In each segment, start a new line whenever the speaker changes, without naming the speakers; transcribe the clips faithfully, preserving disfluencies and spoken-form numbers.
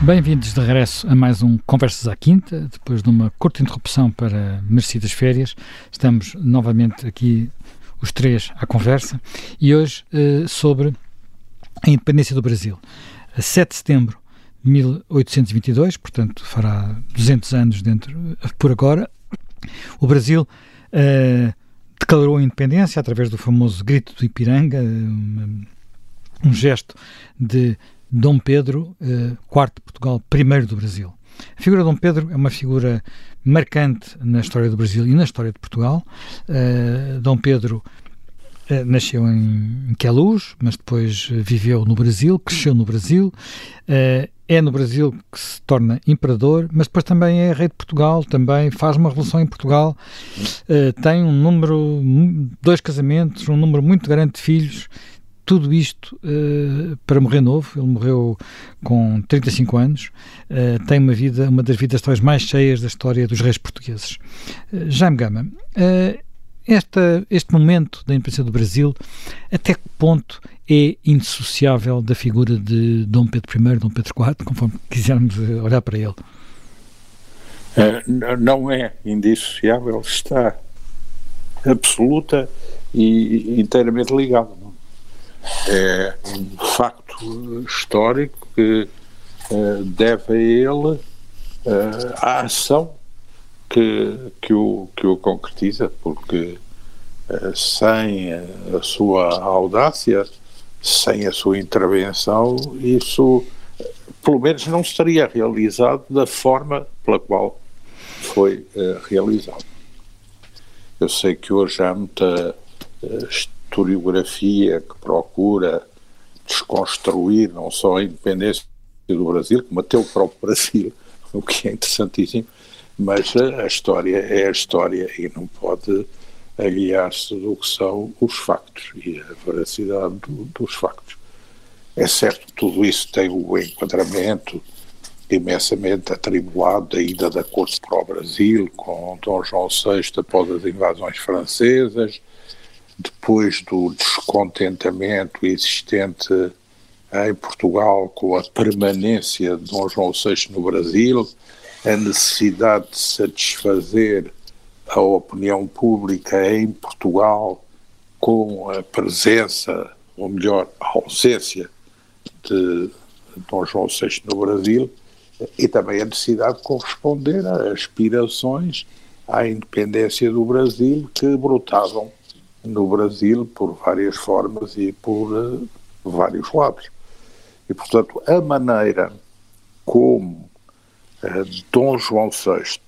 Bem-vindos de regresso a mais um Conversas à Quinta. Depois de uma curta interrupção para merecidas férias, estamos novamente aqui os três à conversa e hoje uh, sobre a independência do Brasil. A sete de setembro de mil oitocentos e vinte e dois, portanto fará duzentos anos dentro, por agora, o Brasil uh, declarou a independência através do famoso Grito do Ipiranga, um, um gesto de Dom Pedro uh, quarto de Portugal, primeiro do Brasil. A figura de Dom Pedro é uma figura marcante na história do Brasil e na história de Portugal. Uh, Dom Pedro uh, nasceu em, em Queluz, mas depois uh, viveu no Brasil, cresceu no Brasil, uh, é no Brasil que se torna imperador, mas depois também é rei de Portugal, também faz uma revolução em Portugal, uh, tem um número, dois casamentos, um número muito grande de filhos. Tudo isto uh, para morrer novo. Ele morreu com trinta e cinco anos, uh, tem uma vida, uma das vidas talvez mais cheias da história dos reis portugueses. Uh, Jaime Gama, uh, esta, este momento da independência do Brasil, até que ponto é indissociável da figura de Dom Pedro primeiro, Dom Pedro quarto, conforme quisermos olhar para ele?
Uh, não é indissociável, está absoluta e inteiramente ligado. É um facto histórico que uh, deve a ele uh, a ação que, que, o, que o concretiza, porque uh, sem a, a sua audácia, sem a sua intervenção, isso uh, pelo menos não estaria realizado da forma pela qual foi uh, realizado. Eu sei que hoje há muita uh, historiografia que procura desconstruir não só a independência do Brasil, como até o próprio Brasil, o que é interessantíssimo, mas a, a história é a história e não pode aliar-se do que são os factos e a veracidade do, dos factos. É certo que tudo isso tem o enquadramento imensamente atribulado da ida da corte para o Brasil, com Dom João sexto após as invasões francesas, depois do descontentamento existente em Portugal com a permanência de Dom João sexto no Brasil, a necessidade de satisfazer a opinião pública em Portugal com a presença, ou melhor, a ausência de Dom João sexto no Brasil, e também a necessidade de corresponder a aspirações à independência do Brasil que brotavam no Brasil por várias formas e por uh, vários lados. E, portanto, a maneira como uh, Dom João sexto,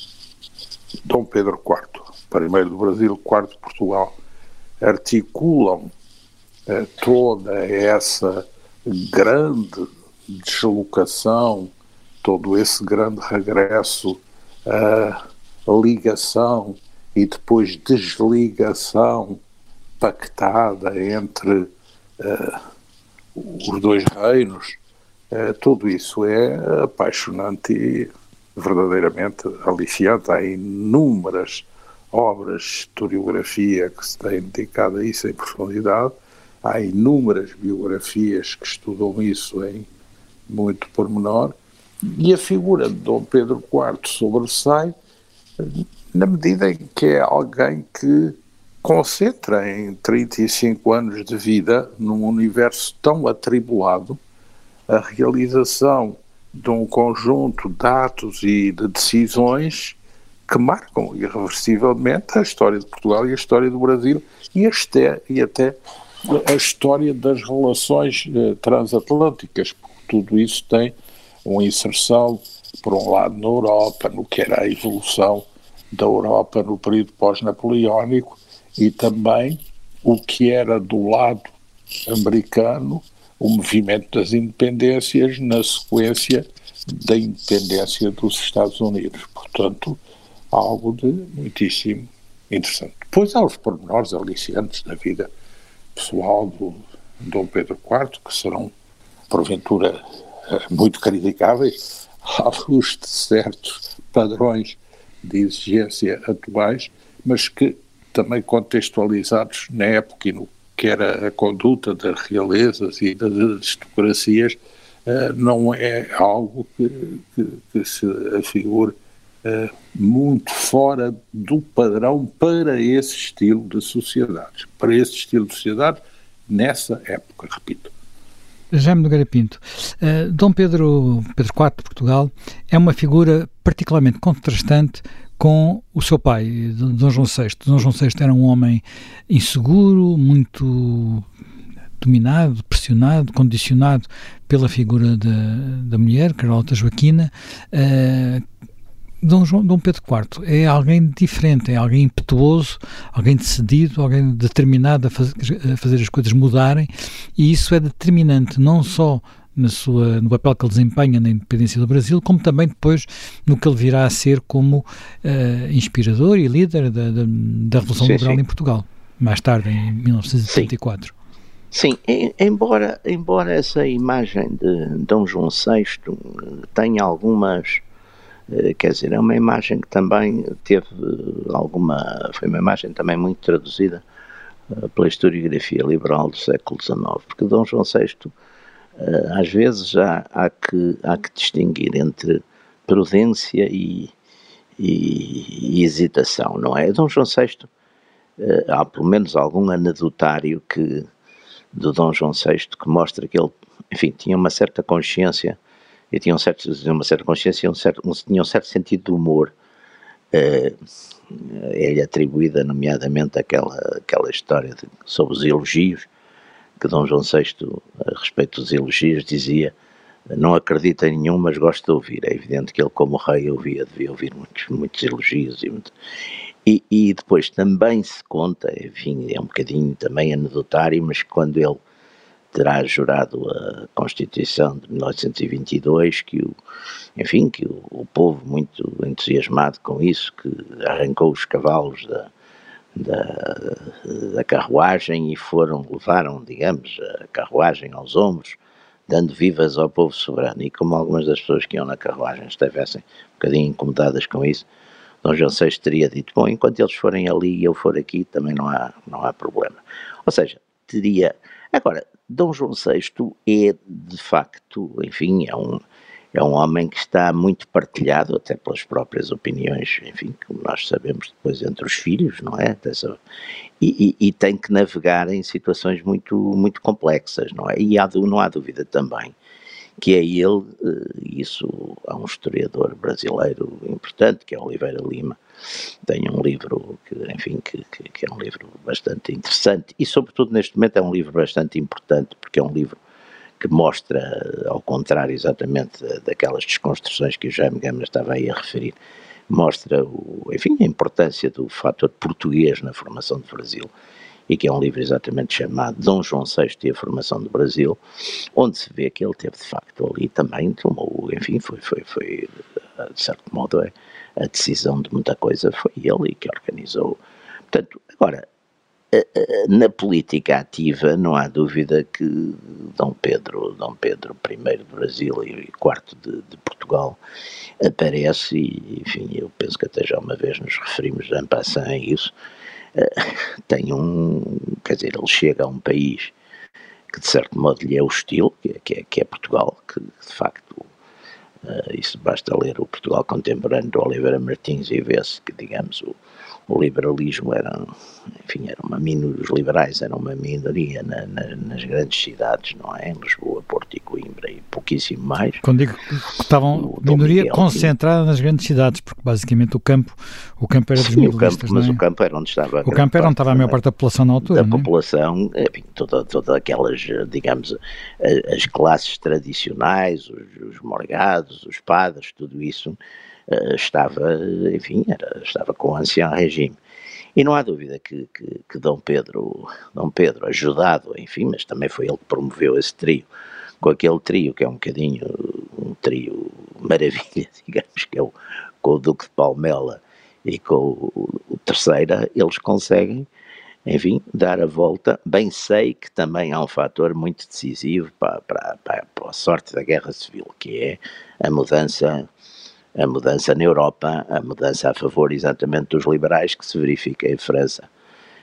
Dom Pedro quarto, primeiro do Brasil, quarto de Portugal, articulam uh, toda essa grande deslocação, todo esse grande regresso à ligação e depois desligação pactada entre uh, os dois reinos, uh, tudo isso é apaixonante e verdadeiramente aliciante. Há inúmeras obras de historiografia que se têm dedicado a isso em profundidade, há inúmeras biografias que estudam isso em muito pormenor, e a figura de Dom Pedro quarto sobressai na medida em que é alguém que concentra em trinta e cinco anos de vida, num universo tão atribulado, a realização de um conjunto de atos e de decisões que marcam irreversivelmente a história de Portugal e a história do Brasil e até, e até a história das relações eh, transatlânticas, porque tudo isso tem uma inserção, por um lado, na Europa, no que era a evolução da Europa no período pós-napoleónico, e também o que era do lado americano, o movimento das independências na sequência da independência dos Estados Unidos. Portanto, algo de muitíssimo interessante. Depois há os pormenores aliciantes da vida pessoal do Dom Pedro quarto, que serão, porventura, muito criticáveis, à luz de certos padrões de exigência atuais, mas que também contextualizados na época e no que era a conduta das realezas e das aristocracias, uh, não é algo que, que, que se afigure uh, muito fora do padrão para esse estilo de sociedade, para esse estilo de sociedade nessa época, repito.
Jaime Nogueira Pinto, uh, Dom Pedro, Pedro quarto de Portugal é uma figura particularmente contrastante com o seu pai, Dom João sexto. Dom João sexto era um homem inseguro, muito dominado, pressionado, condicionado pela figura da, da mulher, Carlota Joaquina. Uh, Dom, João, Dom Pedro quarto é alguém diferente, é alguém impetuoso, alguém decidido, alguém determinado a, faz, a fazer as coisas mudarem, e isso é determinante não só na sua, no papel que ele desempenha na independência do Brasil, como também depois no que ele virá a ser como uh, inspirador e líder da, da, da Revolução sim, Liberal sim. em Portugal, mais tarde, em mil novecentos e setenta e quatro.
Sim, sim. embora, embora essa imagem de Dom João sexto tenha algumas... Quer dizer, é uma imagem que também teve alguma, foi uma imagem também muito traduzida pela historiografia liberal do século dezenove, porque Dom João sexto, às vezes há, há, que, há que distinguir entre prudência e, e, e hesitação, não é? Dom João sexto, há pelo menos algum anedotário que, do Dom João sexto que mostra que ele, enfim, tinha uma certa consciência e tinha um certo, uma certa consciência e um certo, um, tinha um certo sentido de humor. Uh, é-lhe atribuída, nomeadamente, aquela, aquela história de, sobre os elogios, que Dom João sexto, a respeito dos elogios, dizia: não acredito em nenhum, mas gosto de ouvir. É evidente que ele, como rei, ouvia, devia ouvir muitos, muitos elogios. E, muito, e, e depois também se conta, enfim, é um bocadinho também anedotário, mas quando ele terá jurado a Constituição de mil novecentos e vinte e dois, que o, enfim, que o, o povo, muito entusiasmado com isso, que arrancou os cavalos da, da, da carruagem e foram, levaram, digamos, a carruagem aos ombros, dando vivas ao povo soberano. E como algumas das pessoas que iam na carruagem estivessem um bocadinho incomodadas com isso, Dom João sexto teria dito: bom, enquanto eles forem ali e eu for aqui, também não há, não há problema. Ou seja, teria... Agora, Dom João sexto é, de facto, enfim, é um, é um homem que está muito partilhado, até pelas próprias opiniões, enfim, como nós sabemos depois entre os filhos, não é? Dessa, e, e, e tem que navegar em situações muito, muito complexas, não é? E há, não há dúvida também que é ele, isso há um historiador brasileiro importante, que é Oliveira Lima, tem um livro que, enfim, que, que, que é um livro bastante interessante e, sobretudo, neste momento é um livro bastante importante, porque é um livro que mostra, ao contrário exatamente daquelas desconstruções que o Jaime Gama estava aí a referir, mostra, o, enfim, a importância do fator português na formação do Brasil, e que é um livro exatamente chamado Dom João sexto e a Formação do Brasil, onde se vê que ele teve, de facto, ali também tomou, enfim, foi, foi, foi de certo modo, a decisão de muita coisa foi ele que organizou. Portanto, agora, na política ativa, não há dúvida que Dom Pedro, Dom Pedro primeiro do Brasil e quarto de, de Portugal aparece, e, enfim, eu penso que até já uma vez nos referimos en passant a isso. Uh, tem um, quer dizer, ele chega a um país que de certo modo lhe é hostil, que é, que é, que é Portugal, que de facto, uh, isso basta ler o Portugal contemporâneo de Oliveira Martins e vê-se que, digamos, o, o liberalismo era, enfim, era uma minoria, os liberais eram uma minoria na, na, nas grandes cidades, não é? Em Lisboa, Porto e Coimbra e pouquíssimo mais.
Quando digo que estavam minoria Miguel, concentrada nas grandes cidades, porque basicamente o campo, o campo era dos
sim, militistas, o campo, mas
não é?
o campo era onde estava a
O campo era onde estava a maior parte da população na altura,
da
não é?
população, enfim, todas toda aquelas, digamos, as classes tradicionais, os, os morgados, os padres, tudo isso uh, estava, enfim, era, estava com o ancião regime. E não há dúvida que, que, que Dom Pedro, Dom Pedro, ajudado, enfim, mas também foi ele que promoveu esse trio, com aquele trio que é um bocadinho, um trio maravilha, digamos, que é o, com o Duque de Palmela e com o, o Terceira, eles conseguem, enfim, dar a volta. Bem sei que também há um fator muito decisivo para, para, para, para a sorte da Guerra Civil, que é a mudança... a mudança na Europa, a mudança a favor exatamente dos liberais que se verifica em França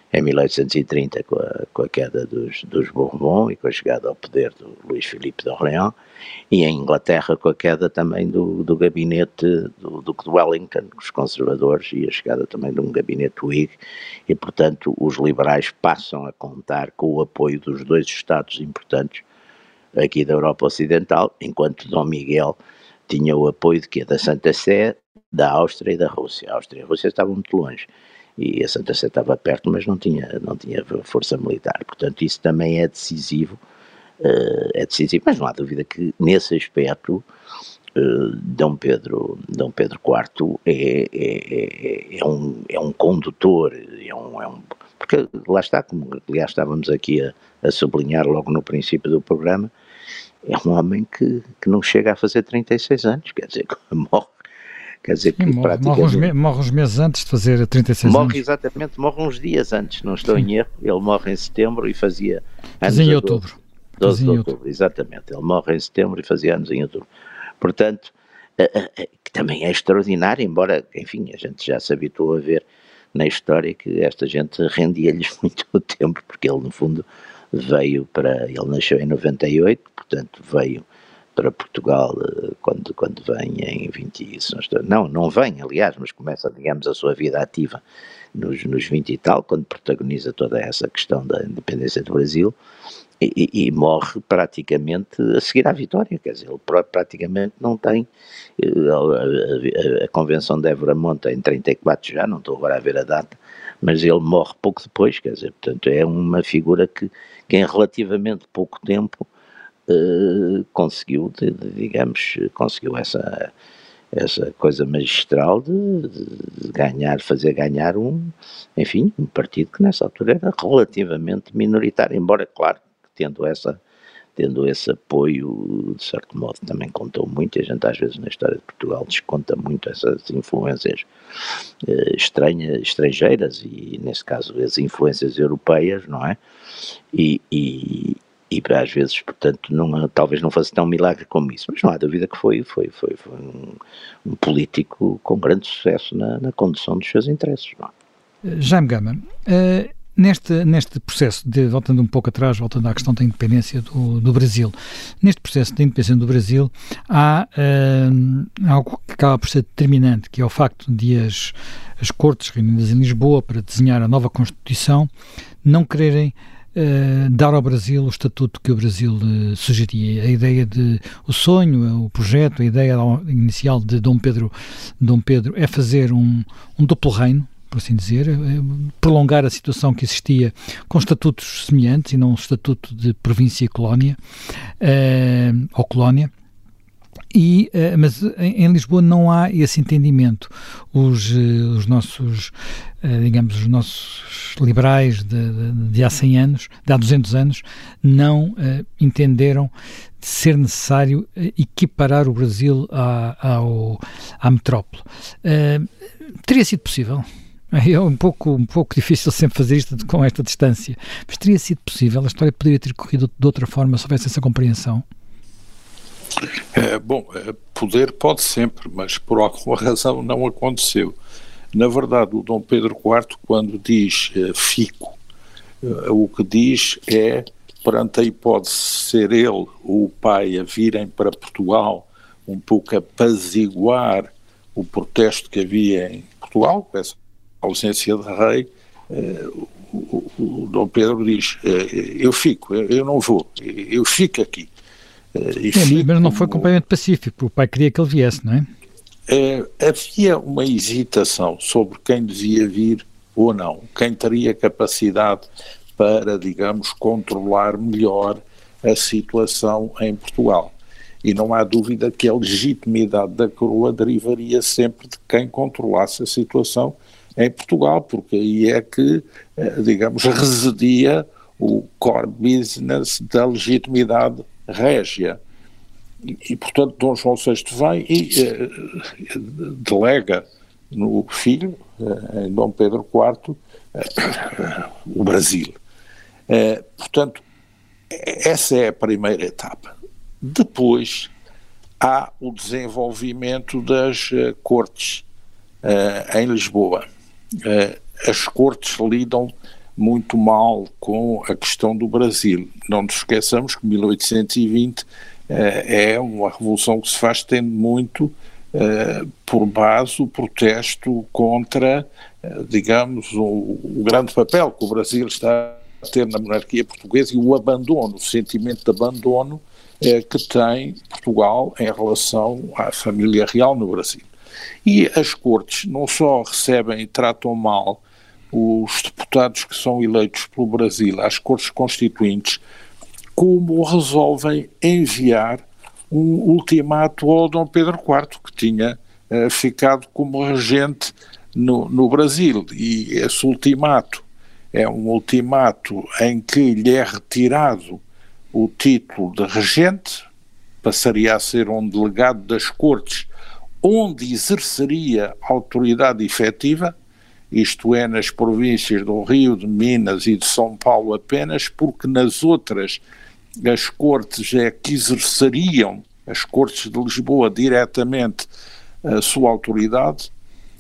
em mil oitocentos e trinta com a, com a queda dos, dos Bourbon e com a chegada ao poder do Luís Filipe de Orleans, e em Inglaterra com a queda também do, do gabinete do Duque de Wellington, os conservadores, e a chegada também de um gabinete Whig, e portanto os liberais passam a contar com o apoio dos dois Estados importantes aqui da Europa Ocidental, enquanto Dom Miguel tinha o apoio de quê? Da Santa Sé, da Áustria e da Rússia. A Áustria e a Rússia estavam muito longe, e a Santa Sé estava perto, mas não tinha, não tinha força militar. Portanto, isso também é decisivo, uh, é decisivo, mas não há dúvida que nesse aspecto uh, Dom Pedro, Dom Pedro quarto é, é, é, um, é um condutor, é um, é um, porque lá está, como aliás estávamos aqui a, a sublinhar logo no princípio do programa, é um homem que, que não chega a fazer trinta e seis anos, quer dizer, morre. Quer dizer que
Sim, morre, praticamente... morre, uns me, morre uns meses antes de fazer trinta e seis
morre,
anos.
Morre exatamente, morre uns dias antes, não estou Sim. em erro. Ele morre em setembro e fazia anos
fazia em outubro.
doze de outubro, exatamente. Ele morre em setembro e fazia anos em outubro. Portanto, que também é extraordinário, embora, enfim, a gente já se habituou a ver na história que esta gente rendia-lhes muito o tempo, porque ele, no fundo, veio para... Ele nasceu em noventa e oito, portanto, veio para Portugal quando, quando vem em vinte, não, não vem aliás, mas começa, digamos, a sua vida ativa nos, nos vinte e tal, quando protagoniza toda essa questão da independência do Brasil, e, e, e morre praticamente a seguir à vitória, quer dizer, ele praticamente não tem, a, a, a Convenção de Évora monta em trinta e quatro já, não estou agora a ver a data, mas ele morre pouco depois, quer dizer, portanto é uma figura que, que em relativamente pouco tempo Uh, conseguiu, de, de, digamos, conseguiu essa, essa coisa magistral de, de ganhar, fazer ganhar um, enfim, um partido que nessa altura era relativamente minoritário, embora, claro, tendo essa, tendo esse apoio, de certo modo, também contou muito, e a gente às vezes na história de Portugal desconta muito essas influências uh, estranhas, estrangeiras, e nesse caso as influências europeias, não é? E, e E às vezes, portanto, não, talvez não fosse tão milagre como isso, mas não há dúvida que foi, foi, foi, foi um, um político com grande sucesso na, na condução dos seus interesses. Não é?
Jaime Gama, uh, neste, neste processo, de, voltando um pouco atrás, voltando à questão da independência do, do Brasil, neste processo de independência do Brasil há uh, algo que acaba por ser determinante, que é o facto de as, as cortes reunidas em Lisboa para desenhar a nova Constituição não quererem Uh, dar ao Brasil o estatuto que o Brasil uh, sugeria. A ideia de, o sonho, o projeto, a ideia inicial de Dom Pedro, Dom Pedro é fazer um, um duplo reino, por assim dizer, uh, prolongar a situação que existia com estatutos semelhantes e não um estatuto de província e colónia, uh, ou colónia. E, uh, mas em, em Lisboa não há esse entendimento. Os, uh, os nossos, uh, digamos, os nossos liberais de, de, de há cem anos, de há duzentos anos, não uh, entenderam ser necessário uh, equiparar o Brasil à, ao, à metrópole. Uh, teria sido possível? É um pouco, um pouco difícil sempre fazer isto com esta distância, mas teria sido possível? A história poderia ter corrido de outra forma se houvesse essa compreensão?
É, bom, poder pode sempre, mas por alguma razão não aconteceu. Na verdade, o Dom Pedro quarto, quando diz uh, fico, uh, o que diz é, perante a hipótese de ser ele ou o pai a virem para Portugal um pouco apaziguar o protesto que havia em Portugal, com essa ausência de rei, uh, o, o, o Dom Pedro diz, uh, eu fico, eu, eu não vou, eu fico aqui.
Sim, mas não foi completamente pacífico, o pai queria que ele viesse, não é?
é? Havia uma hesitação sobre quem devia vir ou não, quem teria capacidade para, digamos, controlar melhor a situação em Portugal. E não há dúvida que a legitimidade da coroa derivaria sempre de quem controlasse a situação em Portugal, porque aí é que, digamos, residia o core business da legitimidade régia. E, e, portanto, Dom João sexto vem e eh, delega no filho, eh, em Dom Pedro quarto, eh, o Brasil. Eh, portanto, essa é a primeira etapa. Depois há o desenvolvimento das uh, cortes uh, em Lisboa. Uh, as cortes lidam muito mal com a questão do Brasil. Não nos esqueçamos que mil oitocentos e vinte eh, é uma revolução que se faz tendo muito eh, por base o protesto contra, eh, digamos, o, o grande papel que o Brasil está a ter na monarquia portuguesa e o abandono, o sentimento de abandono eh, que tem Portugal em relação à família real no Brasil. E as cortes não só recebem e tratam mal os deputados que são eleitos pelo Brasil às cortes constituintes, como resolvem enviar um ultimato ao Dom Pedro quarto, que tinha uh, ficado como regente no, no Brasil. E esse ultimato é um ultimato em que lhe é retirado o título de regente, passaria a ser um delegado das cortes, onde exerceria autoridade efetiva, isto é, nas províncias do Rio, de Minas e de São Paulo apenas, porque nas outras as cortes é que exerceriam, as cortes de Lisboa, diretamente a sua autoridade.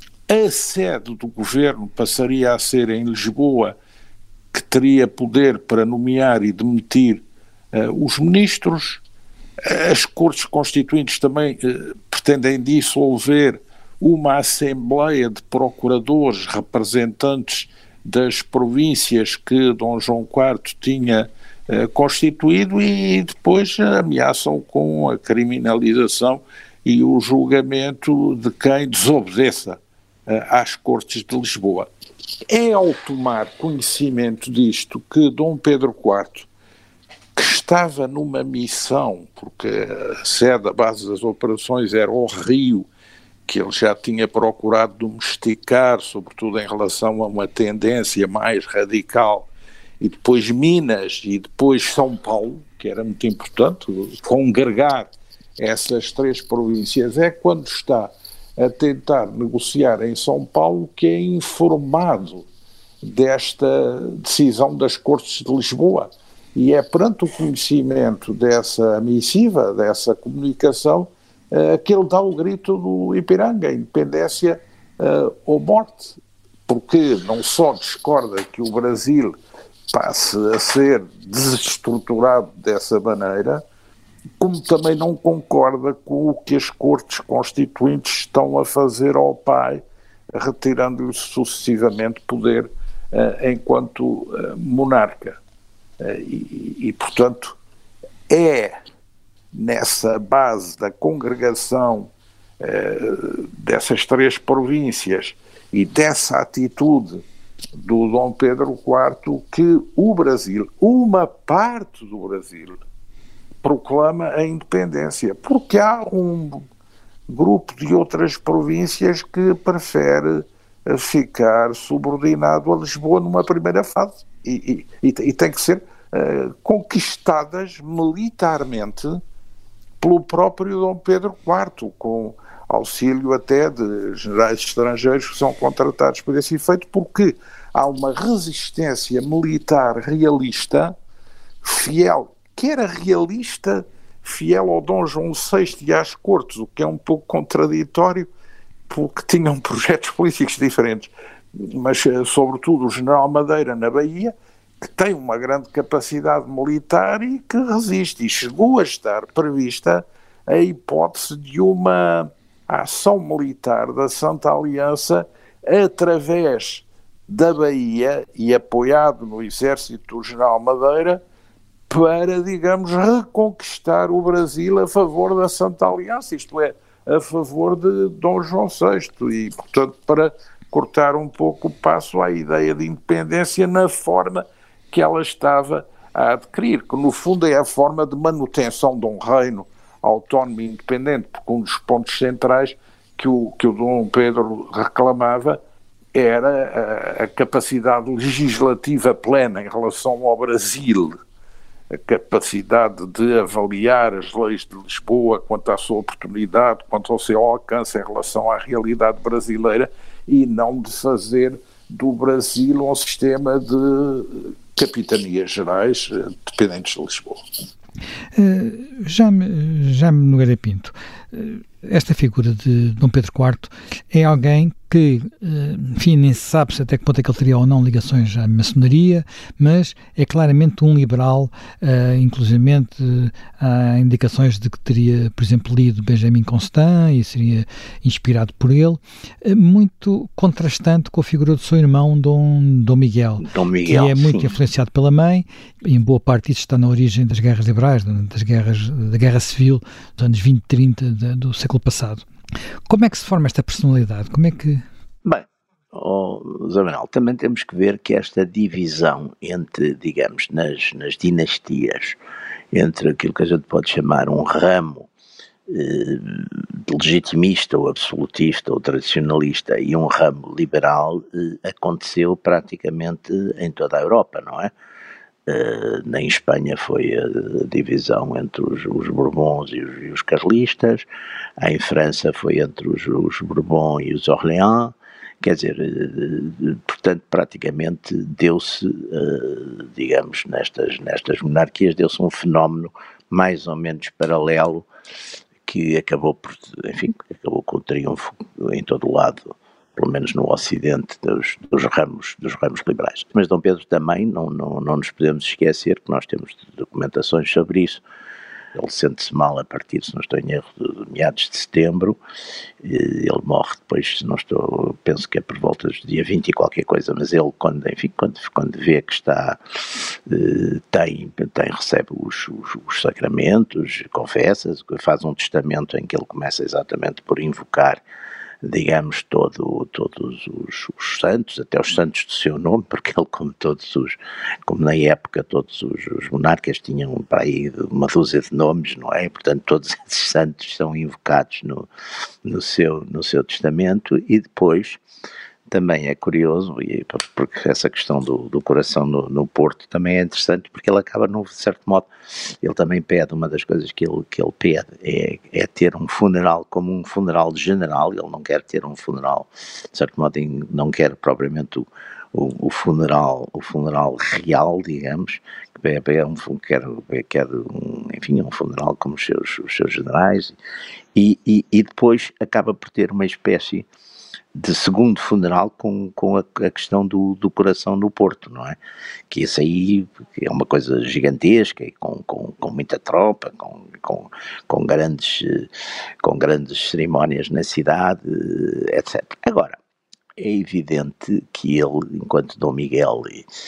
A sede do governo passaria a ser em Lisboa, que teria poder para nomear e demitir uh, os ministros. As cortes constituintes também uh, pretendem dissolver uma assembleia de procuradores, representantes das províncias que Dom João quarto tinha uh, constituído, e depois ameaçam com a criminalização e o julgamento de quem desobedeça uh, às cortes de Lisboa. É ao tomar conhecimento disto que Dom Pedro quarto, que estava numa missão, porque a sede, a base das operações era o Rio, que ele já tinha procurado domesticar, sobretudo em relação a uma tendência mais radical, e depois Minas e depois São Paulo, que era muito importante, congregar essas três províncias, é quando está a tentar negociar em São Paulo que é informado desta decisão das Cortes de Lisboa. E é perante o conhecimento dessa missiva, dessa comunicação, uh, que ele dá o grito do Ipiranga, independência uh, ou morte, porque não só discorda que o Brasil passe a ser desestruturado dessa maneira, como também não concorda com o que as cortes constituintes estão a fazer ao pai, retirando-lhe sucessivamente poder uh, enquanto uh, monarca. Uh, e, e, portanto, é nessa base da congregação uh, dessas três províncias e dessa atitude do Dom Pedro quarto que o Brasil, uma parte do Brasil, proclama a independência, porque há um grupo de outras províncias que prefere ficar subordinado a Lisboa numa primeira fase e, e, e tem que ser uh, conquistadas militarmente pelo próprio Dom Pedro quarto, com auxílio até de generais estrangeiros que são contratados por esse efeito, porque há uma resistência militar realista, fiel, que era realista, fiel ao Dom João sexto e às cortes, o que é um pouco contraditório, porque tinham projetos políticos diferentes, mas sobretudo o general Madeira na Bahia, que tem uma grande capacidade militar e que resiste, e chegou a estar prevista a hipótese de uma ação militar da Santa Aliança através da Bahia e apoiado no exército do general Madeira, para, digamos, reconquistar o Brasil a favor da Santa Aliança, isto é, a favor de Dom João sexto, e, portanto, para cortar um pouco o passo à ideia de independência na forma que ela estava a adquirir, que no fundo é a forma de manutenção de um reino autónomo e independente, porque um dos pontos centrais que o, que o Dom Pedro reclamava era a, a capacidade legislativa plena em relação ao Brasil, a capacidade de avaliar as leis de Lisboa quanto à sua oportunidade, quanto ao seu alcance em relação à realidade brasileira, e não de fazer do Brasil um sistema de capitanias gerais dependentes de Lisboa.
Uh, Jaime, Jaime Nogueira Pinto, uh, esta figura de Dom Pedro quarto é alguém que, enfim, nem se sabe se até que ponto é que ele teria ou não ligações à maçonaria, mas é claramente um liberal, uh, inclusivamente uh, há indicações de que teria, por exemplo, lido Benjamin Constant e seria inspirado por ele, uh, muito contrastante com a figura do seu irmão Dom, Dom Miguel,
Dom Miguel,
que é muito
sim.
influenciado pela mãe, e em boa parte isso está na origem das guerras liberais, das guerras, da guerra civil dos anos vinte, trinta de, do século passado. Como é que se forma esta personalidade? Como é que...
Bem, oh, Zé Manuel, também temos que ver que esta divisão entre, digamos, nas, nas dinastias, entre aquilo que a gente pode chamar um ramo eh, legitimista ou absolutista ou tradicionalista e um ramo liberal, eh, aconteceu praticamente em toda a Europa, não é? Uh, na Espanha foi a, a divisão entre os, os Bourbons e os, e os Carlistas, em França foi entre os, os Bourbons e os Orléans, quer dizer, uh, portanto praticamente deu-se, uh, digamos, nestas, nestas monarquias deu-se um fenómeno mais ou menos paralelo que acabou por, enfim, acabou com o triunfo em todo o lado, pelo menos no Ocidente, dos, dos, ramos, dos ramos liberais. Mas Dom Pedro também, não, não, não nos podemos esquecer que nós temos documentações sobre isso. Ele sente-se mal a partir, se não estou em erro, de meados de setembro. Ele morre depois, se não estou, penso que é por volta do dia vinte e qualquer coisa, mas ele, quando, enfim, quando, quando vê que está, tem, tem recebe os, os, os sacramentos, confessa, faz um testamento em que ele começa exatamente por invocar, digamos, todo, todos os, os santos, até os santos do seu nome, porque ele, como todos os, como na época todos os, os monarcas tinham para aí uma dúzia de nomes, não é? E, portanto, todos esses santos são invocados no, no, seu, no seu testamento. E depois também é curioso, e porque essa questão do, do coração no, no Porto também é interessante, porque ele acaba, de certo modo, ele também pede, uma das coisas que ele, que ele pede é, é ter um funeral como um funeral de general. Ele não quer ter um funeral, de certo modo, não quer propriamente o, o, o funeral, o funeral real, digamos, que é, é um, quer, quer um, enfim, um funeral como os seus, os seus generais, e, e, e depois acaba por ter uma espécie de segundo funeral com, com a, a questão do, do coração no Porto, não é? Que isso aí é uma coisa gigantesca e com, com, com muita tropa, com, com, com, grandes, com grandes cerimónias na cidade, etcétera. Agora, é evidente que ele, enquanto Dom Miguel,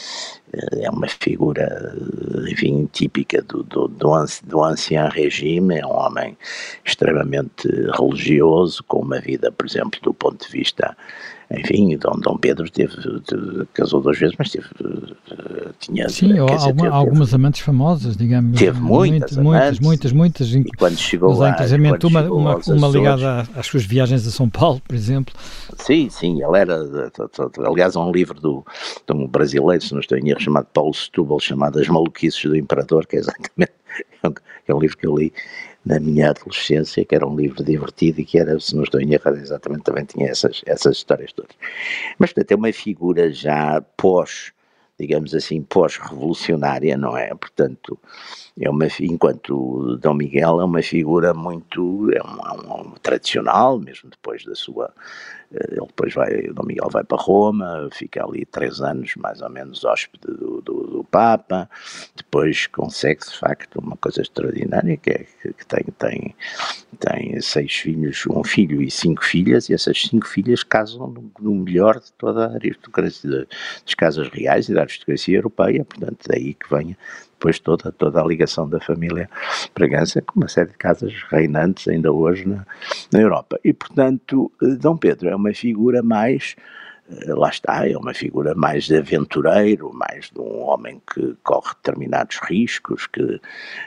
é uma figura, enfim, típica do, do, do, do ancien regime, é um homem extremamente religioso, com uma vida, por exemplo, do ponto de vista, enfim, Dom, Dom Pedro teve, teve, casou duas vezes, mas teve, tinha...
Sim, quer dizer, alguma, teve, algumas amantes famosas, digamos.
Teve muitas,
muitas, muitas, muitas, muitas.
E quando chegou lá...
Quando uma, chegou uma, uma ligada às suas viagens a São Paulo, por exemplo.
Sim, sim, ele era, aliás, há um livro do, de um brasileiro, se não estou em erro, chamado Paulo Setúbal, chamado As Maluquices do Imperador, que é exatamente, é um livro que eu li na minha adolescência, que era um livro divertido e que era, se não estou em erro, exatamente, também tinha essas, essas histórias todas. Mas, portanto, é uma figura já pós, digamos assim, pós-revolucionária, não é? Portanto, é uma, enquanto Dom Miguel é uma figura muito, é um, é um tradicional, mesmo depois da sua, ele depois vai, Dom Miguel vai para Roma, fica ali três anos mais ou menos hóspede do, do, do Papa, depois consegue de facto uma coisa extraordinária, que é que, que tem, tem, tem seis filhos, um filho e cinco filhas, e essas cinco filhas casam no, no melhor de toda a aristocracia, das casas reais e da aristocracia europeia, portanto daí que venha depois toda, toda a ligação da família Bragança com uma série de casas reinantes ainda hoje na, na Europa. E, portanto, Dom Pedro é uma figura mais, lá está, é uma figura mais de aventureiro, mais de um homem que corre determinados riscos, que,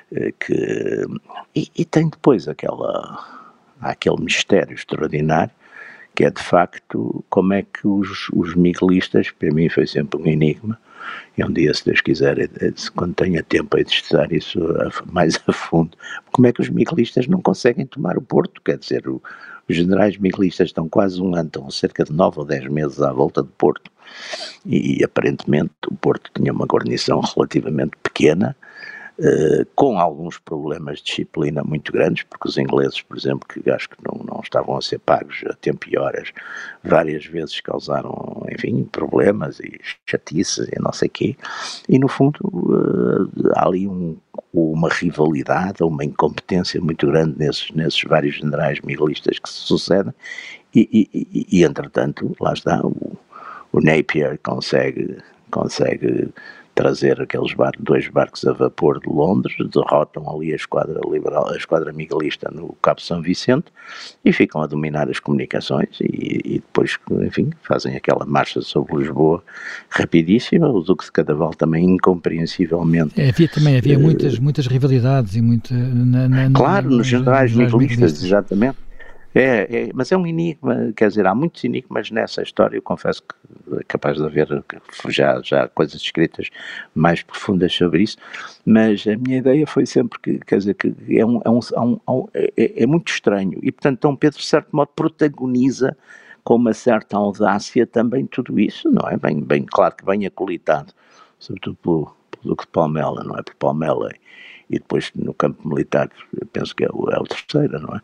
que e, e tem depois aquela, aquele mistério extraordinário, que é de facto como é que os, os miguelistas, para mim foi sempre um enigma, e um dia, se Deus quiser, quando tenha tempo, é de estudar isso mais a fundo, como é que os miguelistas não conseguem tomar o Porto? Quer dizer, o, os generais miguelistas estão quase um ano, estão cerca de nove ou dez meses à volta do Porto, e, e aparentemente o Porto tinha uma guarnição relativamente pequena, uh, com alguns problemas de disciplina muito grandes, porque os ingleses, por exemplo, que acho que não, não estavam a ser pagos a tempo e horas, várias vezes causaram, enfim, problemas e chatices e não sei o quê, e no fundo uh, há ali um, uma rivalidade, uma incompetência muito grande nesses, nesses vários generais miguelistas que se sucedem, e, e, e, e entretanto, lá está, o, o Napier consegue, consegue trazer aqueles bar, dois barcos a vapor de Londres, derrotam ali a esquadra liberal, a esquadra miguelista no Cabo São Vicente e ficam a dominar as comunicações e, e depois, enfim, fazem aquela marcha sobre Lisboa rapidíssima. O Duque de Cadaval também incompreensivelmente...
É, havia também, havia uh, muitas, muitas rivalidades e muita... Na, na,
claro,
na,
nos generais miguelistas, exatamente. É, é, mas é um enigma, quer dizer, há muitos enigmas nessa história. Eu confesso que é capaz de haver já, já coisas escritas mais profundas sobre isso, mas a minha ideia foi sempre que, quer dizer, que é, um, é, um, é, é muito estranho, e portanto Dom Pedro de certo modo protagoniza com uma certa audácia também tudo isso, não é? Bem, bem claro que bem acolitado, sobretudo pelo, pelo Duque de Palmela, não é? Por Palmela e depois no campo militar, eu penso que é o, é o terceiro, não é?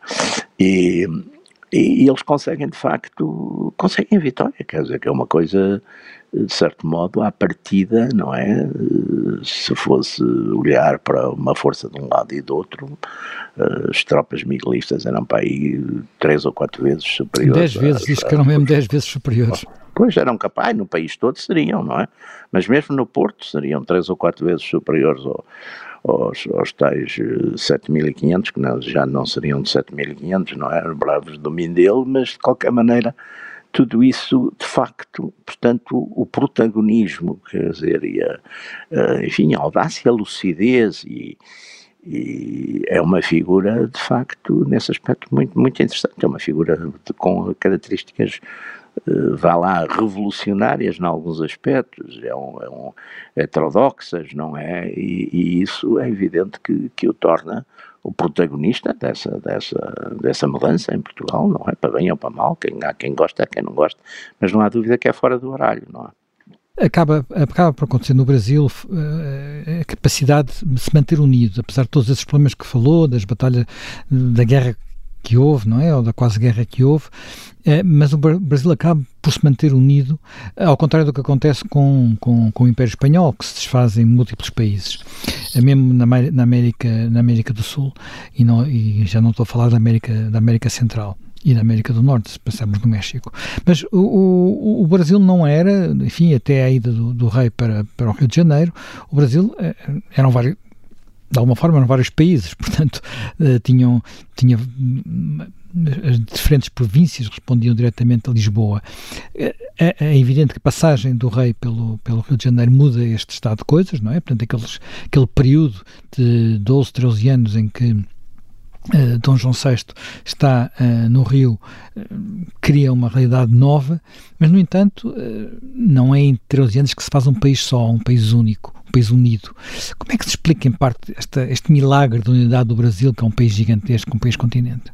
E, e, e eles conseguem, de facto, conseguem a vitória, quer dizer, que é uma coisa, de certo modo, à partida, não é? Se fosse olhar para uma força de um lado e do outro, as tropas miguelistas eram para aí três ou quatro vezes superiores.
Dez vezes, diz que eram mesmo dez vezes superiores.
Pois, eram capazes, no país todo seriam, não é? Mas mesmo no Porto seriam três ou quatro vezes superiores ao, aos, aos tais sete mil e quinhentos, que não, já não seriam de sete mil e quinhentos, não é? Bravos do Mindelo, mas de qualquer maneira, tudo isso, de facto, portanto, o protagonismo, quer dizer, e a, a, enfim, a audácia, a lucidez e... e é uma figura, de facto, nesse aspecto muito, muito interessante, é uma figura de, com características, uh, vá lá, revolucionárias em alguns aspectos, é, um, é um, heterodoxas, não é? E, e isso é evidente que, que o torna o protagonista dessa, dessa, dessa mudança em Portugal, não é? Para bem ou para mal, quem, há quem gosta, há quem não gosta, mas não há dúvida que é fora do horário, não é?
Acaba, acaba por acontecer no Brasil uh, a capacidade de se manter unido, apesar de todos esses problemas que falou, das batalhas, da guerra que houve, não é? Ou da quase guerra que houve, uh, mas o Brasil acaba por se manter unido, ao contrário do que acontece com, com, com o Império Espanhol, que se desfaz em múltiplos países, uh, mesmo na, na, América, na América do Sul, e, não, e já não estou a falar da América, da América Central e da América do Norte, se passarmos no México. Mas o, o, o Brasil não era, enfim, até a ida do, do rei para, para o Rio de Janeiro, o Brasil eram vários, de alguma forma eram vários países, portanto, tinham, tinha, as diferentes províncias respondiam diretamente a Lisboa. É, é evidente que a passagem do rei pelo, pelo Rio de Janeiro muda este estado de coisas, não é? Portanto, aqueles, aquele período de doze, treze anos em que Uh, Dom João sexto está uh, no Rio, uh, cria uma realidade nova, mas no entanto uh, não é em treze anos que se faz um país só, um país único, um país unido. Como é que se explica em parte esta, este milagre de unidade do Brasil, que é um país gigantesco, um país continente?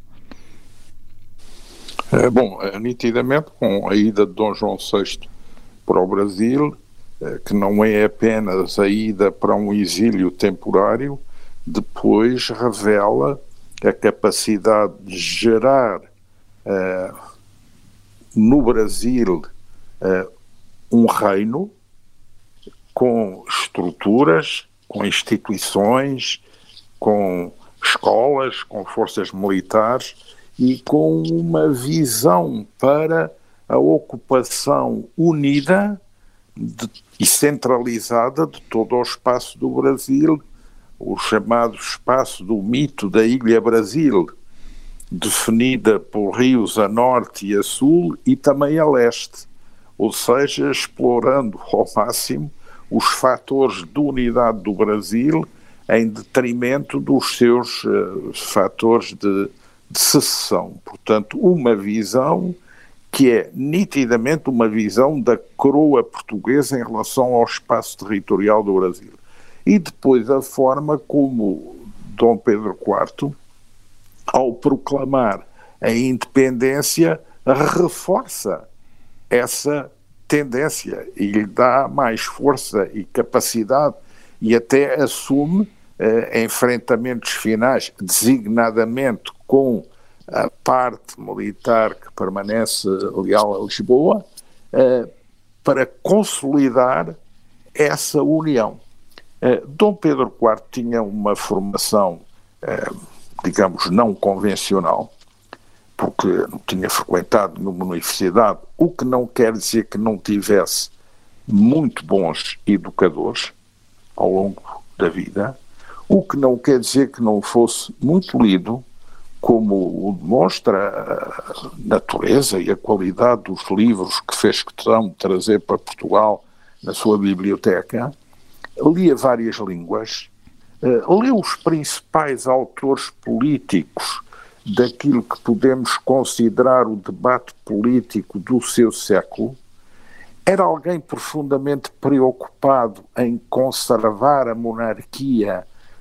É, bom, é, nitidamente com a ida de Dom João sexto para o Brasil, é, que não é apenas a ida para um exílio temporário, depois revela a capacidade de gerar uh, no Brasil uh, um reino com estruturas, com instituições, com escolas, com forças militares e com uma visão para a ocupação unida de, e centralizada de todo o espaço do Brasil, o chamado espaço do mito da Ilha Brasil, definida por rios a norte e a sul e também a leste, ou seja, explorando ao máximo os fatores de unidade do Brasil em detrimento dos seus uh, fatores de, de secessão. Portanto, uma visão que é nitidamente uma visão da coroa portuguesa em relação ao espaço territorial do Brasil. E depois a forma como Dom Pedro quarto, ao proclamar a independência, reforça essa tendência e lhe dá mais força e capacidade e até assume eh, enfrentamentos finais, designadamente com a parte militar que permanece leal a Lisboa, eh, para consolidar essa união. Eh, Dom Pedro quarto tinha uma formação, eh, digamos, não convencional, porque não tinha frequentado nenhuma universidade, o que não quer dizer que não tivesse muito bons educadores ao longo da vida, o que não quer dizer que não fosse muito lido, como o demonstra a natureza e a qualidade dos livros que fez questão de trazer para Portugal na sua biblioteca. Lia várias línguas, uh, leu os principais autores políticos daquilo que podemos considerar o debate político do seu século. Era alguém profundamente preocupado em conservar a monarquia,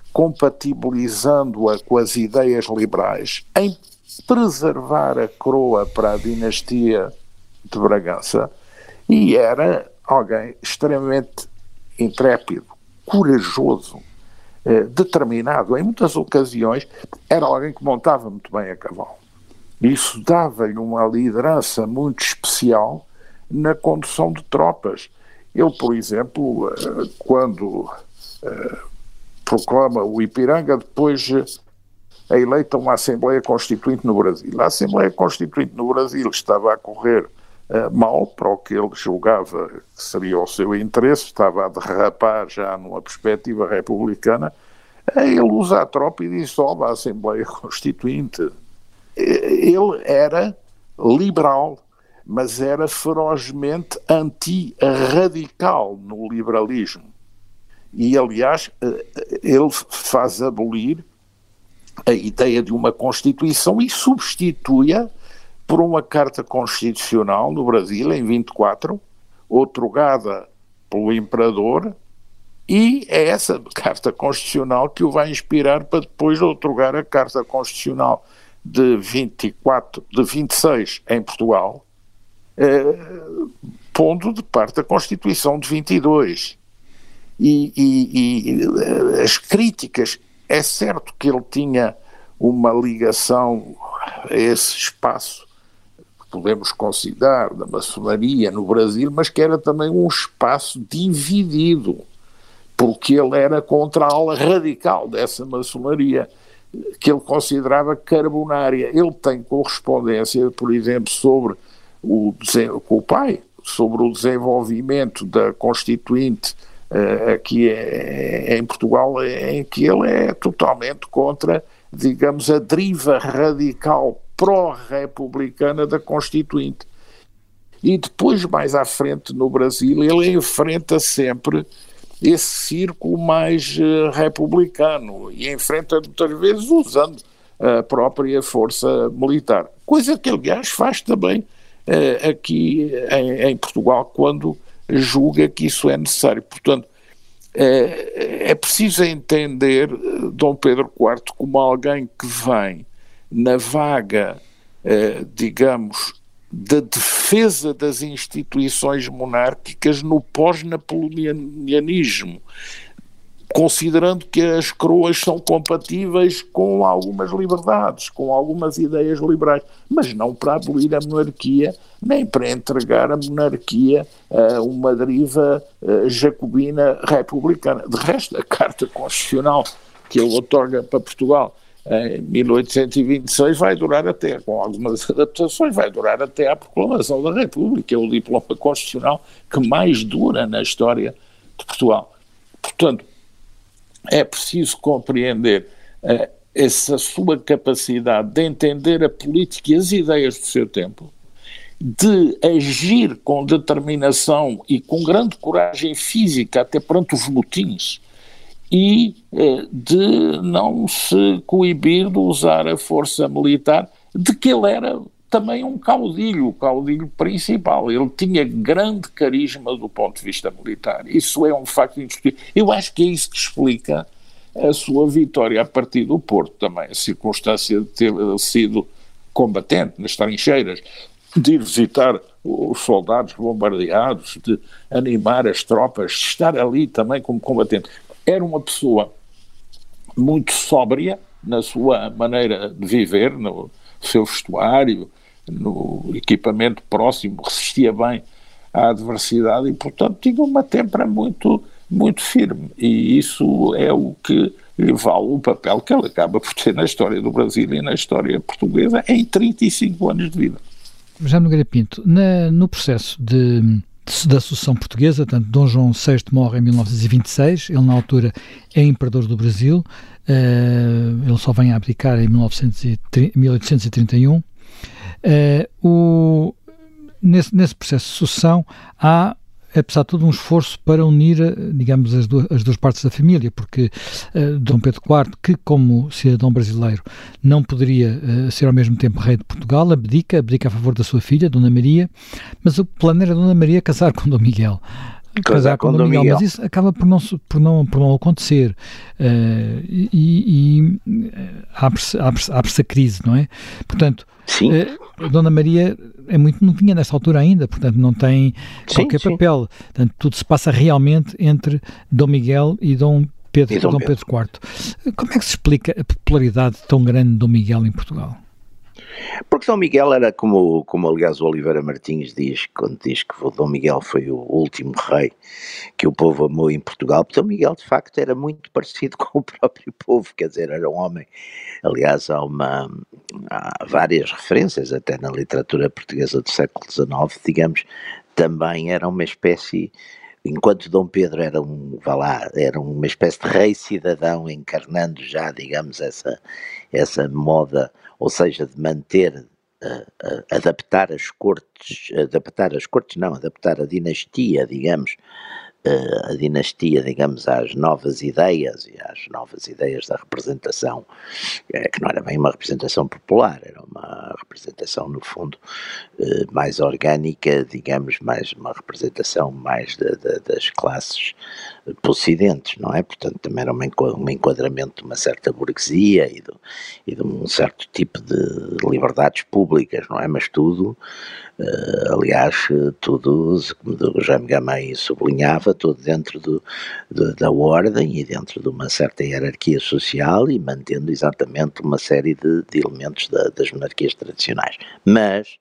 compatibilizando-a com as ideias liberais, em preservar a coroa para a dinastia de Bragança, e era alguém extremamente intrépido, corajoso, eh, determinado. Em muitas ocasiões era alguém que montava muito bem a cavalo. Isso dava-lhe uma liderança muito especial na condução de tropas. Ele, por exemplo, eh, quando eh, proclama o Ipiranga, depois é eleita uma Assembleia Constituinte no Brasil. A Assembleia Constituinte no Brasil estava a correr uh, mal para o que ele julgava que seria o seu interesse, estava a derrapar já numa perspectiva republicana. Ele usa a tropa e dissolve a Assembleia Constituinte. Ele era liberal, mas era ferozmente anti-radical no liberalismo. E, aliás, ele faz abolir a ideia de uma Constituição e substitui-a por uma Carta Constitucional no Brasil, em vinte e quatro, outorgada pelo Imperador, e é essa Carta Constitucional que o vai inspirar para depois outorgar a Carta Constitucional de vinte e quatro, de vinte e seis em Portugal, eh, pondo de parte a Constituição de vinte e dois. E, e, e as críticas, é certo que ele tinha uma ligação a esse espaço que podemos considerar da maçonaria no Brasil, mas que era também um espaço dividido, porque ele era contra a ala radical dessa maçonaria, que ele considerava carbonária. Ele tem correspondência, por exemplo, sobre o, com o pai, sobre o desenvolvimento da Constituinte Uh, aqui é, é em Portugal, é, em que ele é totalmente contra, digamos, a deriva radical pró-republicana da Constituinte. E depois, mais à frente, no Brasil, ele enfrenta sempre esse círculo mais uh, republicano, e enfrenta muitas vezes usando a própria força militar. Coisa que, aliás, faz também uh, aqui em, em Portugal, quando julga que isso é necessário. Portanto, é, é preciso entender Dom Pedro quarto como alguém que vem na vaga, é, digamos, da defesa das instituições monárquicas no pós-napoleonismo, considerando que as coroas são compatíveis com algumas liberdades, com algumas ideias liberais, mas não para abolir a monarquia, nem para entregar a monarquia a uma deriva uh, jacobina republicana. De resto, a Carta Constitucional que ele outorga para Portugal em mil oitocentos e vinte e seis vai durar até, com algumas adaptações, vai durar até à proclamação da República. É o diploma constitucional que mais dura na história de Portugal. Portanto, é preciso compreender uh, essa sua capacidade de entender a política e as ideias do seu tempo, de agir com determinação e com grande coragem física até perante os motins, e uh, de não se coibir de usar a força militar, de que ele era também um caudilho, o caudilho principal. Ele tinha grande carisma do ponto de vista militar. Isso é um facto indiscutível. Eu acho que é isso que explica a sua vitória a partir do Porto também. A circunstância de ter sido combatente nas trincheiras, de ir visitar os soldados bombardeados, de animar as tropas, de estar ali também como combatente. Era uma pessoa muito sóbria na sua maneira de viver, no seu vestuário, no equipamento próximo, resistia bem à adversidade e, portanto, tinha uma têmpera muito, muito firme. E isso é o que lhe vale o papel que ela acaba por ter na história do Brasil e na história portuguesa em trinta e cinco anos de vida.
Jaime Nogueira Pinto, na, no processo de, de, da sucessão portuguesa, portanto, Dom João sexto morre em mil novecentos e vinte e seis, ele na altura é imperador do Brasil, uh, ele só vem a abdicar em mil oitocentos e trinta e um. Uh, o, nesse, nesse processo de sucessão há, apesar de tudo, um esforço para unir, digamos, as duas, as duas partes da família, porque uh, Dom Pedro quarto, que como cidadão brasileiro não poderia uh, ser ao mesmo tempo rei de Portugal, abdica, abdica a favor da sua filha, Dona Maria, mas o plano era Dona Maria casar com Dom Miguel. Casar, casar com, com Dom Miguel, Miguel, mas isso acaba por não, por não, por não acontecer uh, e, e abre-se, abre-se, abre-se a crise, não é? Portanto,
sim.
Uh, Dona Maria é muito novinha nessa altura ainda, portanto não tem sim, qualquer sim. papel, portanto tudo se passa realmente entre Dom Miguel e Dom Pedro, e Dom Dom Pedro quarto. Como é que se explica a popularidade tão grande de Dom Miguel em Portugal?
Porque Dom Miguel era como, como aliás o Oliveira Martins diz, quando diz que o Dom Miguel foi o último rei que o povo amou em Portugal, porque Dom Miguel de facto era muito parecido com o próprio povo, quer dizer, era um homem, aliás há, uma, há várias referências até na literatura portuguesa do século dezenove, digamos, também era uma espécie... Enquanto Dom Pedro era um, vá lá, era uma espécie de rei cidadão, encarnando já, digamos, essa, essa moda, ou seja, de manter, uh, uh, adaptar as cortes, adaptar as cortes não, adaptar a dinastia, digamos, uh, a dinastia, digamos, às novas ideias e às novas ideias da representação, é, que não era bem uma representação popular, era uma representação, no fundo, uh, mais orgânica, digamos, mais uma representação mais de, de, das classes possidentes, não é? Portanto, também era um enquadramento de uma certa burguesia e de, e de um certo tipo de liberdades públicas, não é? Mas tudo, uh, aliás, tudo, como o Jaime Gamay sublinhava, tudo dentro do, do, da ordem e dentro de uma certa hierarquia social e mantendo exatamente uma série de, de elementos da, das monarquias tradicionais. Mas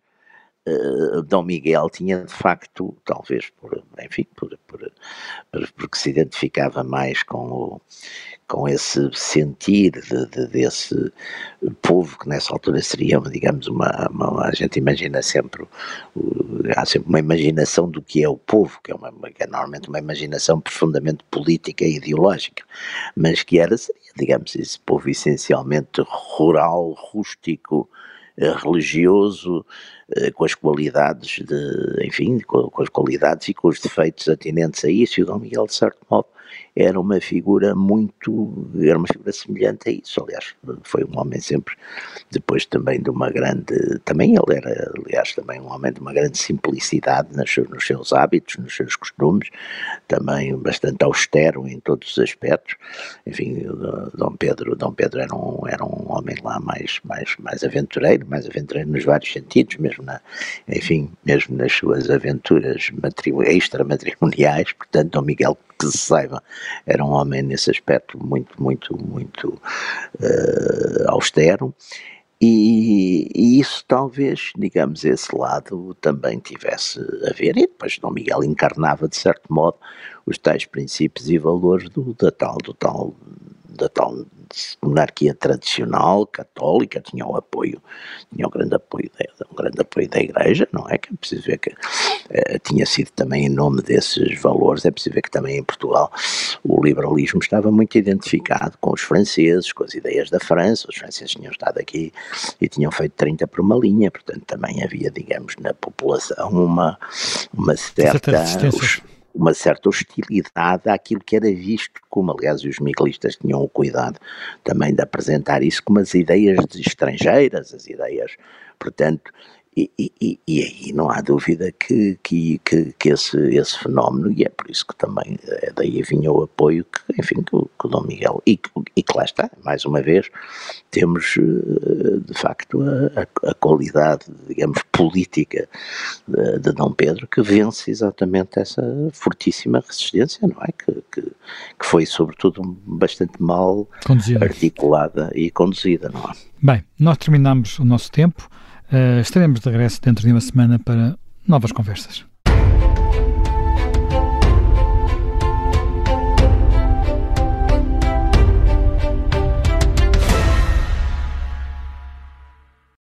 Uh, Dom Miguel tinha de facto, talvez por, enfim, por, por, por, porque se identificava mais com, o, com esse sentir de, de, desse povo que nessa altura seria, digamos, uma, uma a gente imagina sempre, uh, há sempre uma imaginação do que é o povo, que é, uma, que é normalmente uma imaginação profundamente política e ideológica, mas que era, seria, digamos, esse povo essencialmente rural, rústico, religioso, com as qualidades de, enfim, com, com as qualidades e com os defeitos atinentes a isso, e o Dom Miguel, de certo modo, era uma figura muito, era uma figura semelhante a isso, aliás, foi um homem sempre, depois também de uma grande, também ele era, aliás, também um homem de uma grande simplicidade nos, nos seus hábitos, nos seus costumes, também bastante austero em todos os aspectos, enfim, Dom Pedro, Dom Pedro era um, era um homem lá mais, mais, mais aventureiro, mais aventureiro nos vários sentidos, mesmo na, enfim, mesmo nas suas aventuras extramatrimoniais, portanto, Dom Miguel, que se saiba, era um homem nesse aspecto muito, muito, muito uh, austero, e, e isso talvez, digamos, esse lado também tivesse a ver, e depois Dom Miguel encarnava de certo modo os tais princípios e valores do, da tal, do tal, da tal monarquia tradicional, católica, tinha o apoio, tinha um grande apoio, de, um grande apoio da Igreja, não é? Que é preciso ver que eh, tinha sido também em nome desses valores, é preciso ver que também em Portugal o liberalismo estava muito identificado com os franceses, com as ideias da França, os franceses tinham estado aqui e tinham feito trinta por uma linha, portanto também havia, digamos, na população uma, uma certa... uma certa hostilidade àquilo que era visto como, aliás, os miguelistas tinham o cuidado também de apresentar isso como as ideias estrangeiras, as ideias, portanto, E, e, e aí não há dúvida que, que, que, que esse, esse fenómeno, e é por isso que também é daí vinha o apoio que, enfim, que o, que o Dom Miguel, e, e que lá está, mais uma vez, temos de facto a, a, a qualidade, digamos, política de, de Dom Pedro, que vence exatamente essa fortíssima resistência, não é? Que, que, que foi sobretudo bastante mal conduzida, articulada e conduzida, não é?
Bem, nós terminamos o nosso tempo. Uh, estaremos de regresso dentro de uma semana para novas conversas.